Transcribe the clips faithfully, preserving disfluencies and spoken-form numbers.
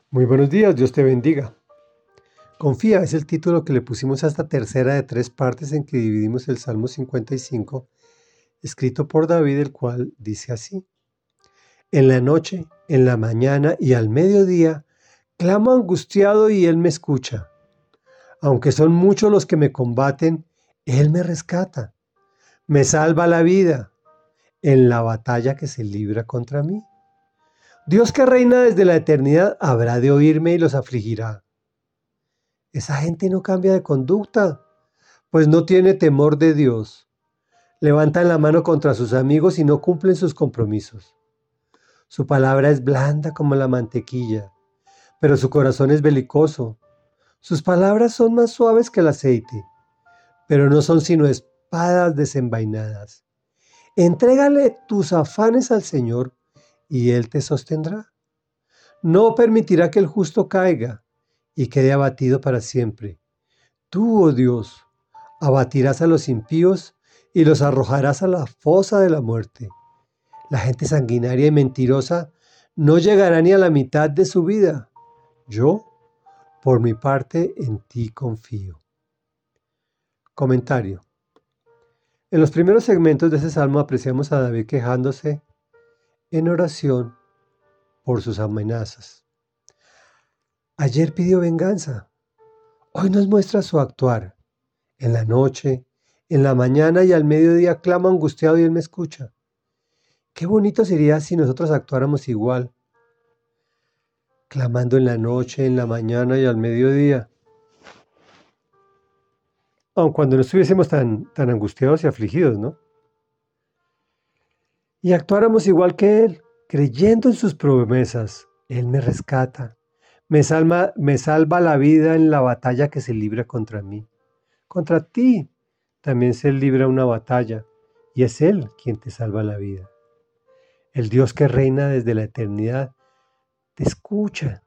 Muy buenos días, Dios te bendiga. Confía es el título que le pusimos a esta tercera de tres partes en que dividimos el Salmo cincuenta y cinco, escrito por David, el cual dice así: En la noche, en la mañana y al mediodía, clamo angustiado y Él me escucha. Aunque son muchos los que me combaten, Él me rescata, me salva la vida en la batalla que se libra contra mí. Dios que reina desde la eternidad habrá de oírme y los afligirá. Esa gente no cambia de conducta, pues no tiene temor de Dios. Levantan la mano contra sus amigos y no cumplen sus compromisos. Su palabra es blanda como la mantequilla, pero su corazón es belicoso. Sus palabras son más suaves que el aceite, pero no son sino espadas desenvainadas. Entrégale tus afanes al Señor y Él te sostendrá. No permitirá que el justo caiga y quede abatido para siempre. Tú, oh Dios, abatirás a los impíos y los arrojarás a la fosa de la muerte. La gente sanguinaria y mentirosa no llegará ni a la mitad de su vida. Yo, por mi parte, en ti confío. Comentario. En los primeros segmentos de ese salmo apreciamos a David quejándose en oración por sus amenazas. Ayer pidió venganza. Hoy nos muestra su actuar. En la noche, en la mañana y al mediodía clamo angustiado y Él me escucha. Qué bonito sería si nosotros actuáramos igual, clamando en la noche, en la mañana y al mediodía. Aun cuando no estuviésemos tan, tan angustiados y afligidos, ¿no? Y actuáramos igual que Él, creyendo en sus promesas. Él me rescata, me salva, me salva la vida en la batalla que se libra contra mí. Contra ti también se libra una batalla, y es Él quien te salva la vida. El Dios que reina desde la eternidad te escucha.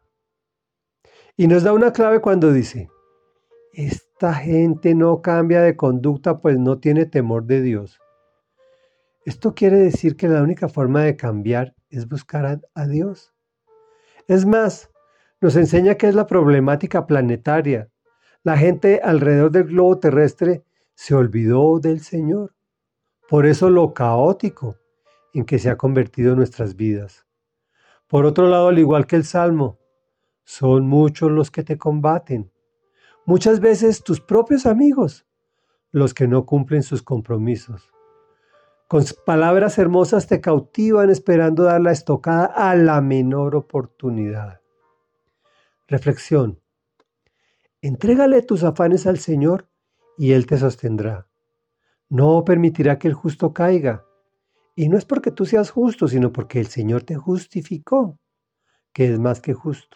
Y nos da una clave cuando dice: esta gente no cambia de conducta, pues no tiene temor de Dios. Esto quiere decir que la única forma de cambiar es buscar a, a Dios. Es más, nos enseña que es la problemática planetaria. La gente alrededor del globo terrestre se olvidó del Señor. Por eso lo caótico en que se ha convertido nuestras vidas. Por otro lado, al igual que el Salmo, son muchos los que te combaten. Muchas veces tus propios amigos, los que no cumplen sus compromisos. Con palabras hermosas te cautivan esperando dar la estocada a la menor oportunidad. Reflexión. Entrégale tus afanes al Señor y Él te sostendrá. No permitirá que el justo caiga. Y no es porque tú seas justo, sino porque el Señor te justificó, que es más que justo.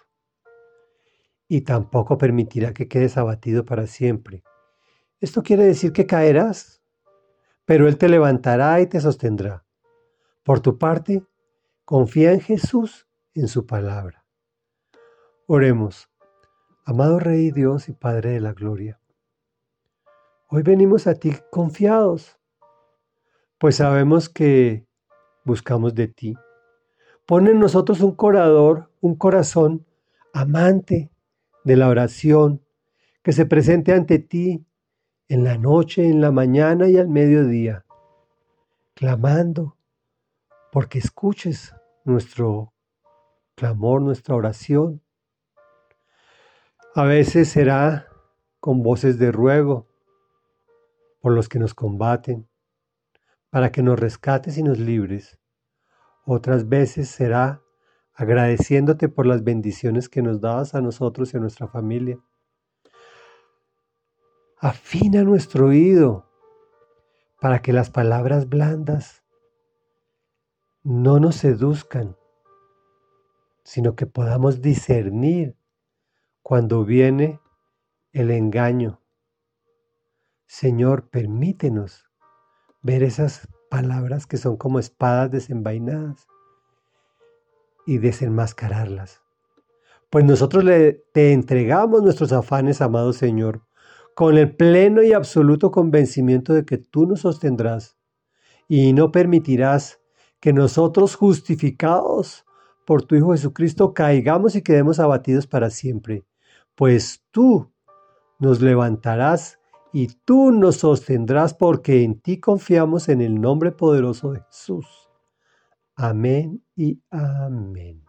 Y tampoco permitirá que quedes abatido para siempre. Esto quiere decir que caerás, pero Él te levantará y te sostendrá. Por tu parte, confía en Jesús, en su palabra. Oremos. Amado Rey Dios y Padre de la Gloria, hoy venimos a ti confiados, pues sabemos que buscamos de ti. Pon en nosotros un corazón, un corazón amante de la oración, que se presente ante ti en la noche, en la mañana y al mediodía, clamando, porque escuches nuestro clamor, nuestra oración. A veces será con voces de ruego por los que nos combaten, para que nos rescates y nos libres. Otras veces será agradeciéndote por las bendiciones que nos das a nosotros y a nuestra familia. Afina nuestro oído para que las palabras blandas no nos seduzcan, sino que podamos discernir cuando viene el engaño. Señor, permítenos ver esas palabras que son como espadas desenvainadas y desenmascararlas. Pues nosotros le, te entregamos nuestros afanes, amado Señor, con el pleno y absoluto convencimiento de que tú nos sostendrás y no permitirás que nosotros, justificados por tu Hijo Jesucristo, caigamos y quedemos abatidos para siempre, pues tú nos levantarás y tú nos sostendrás, porque en ti confiamos en el nombre poderoso de Jesús. Amén y amén.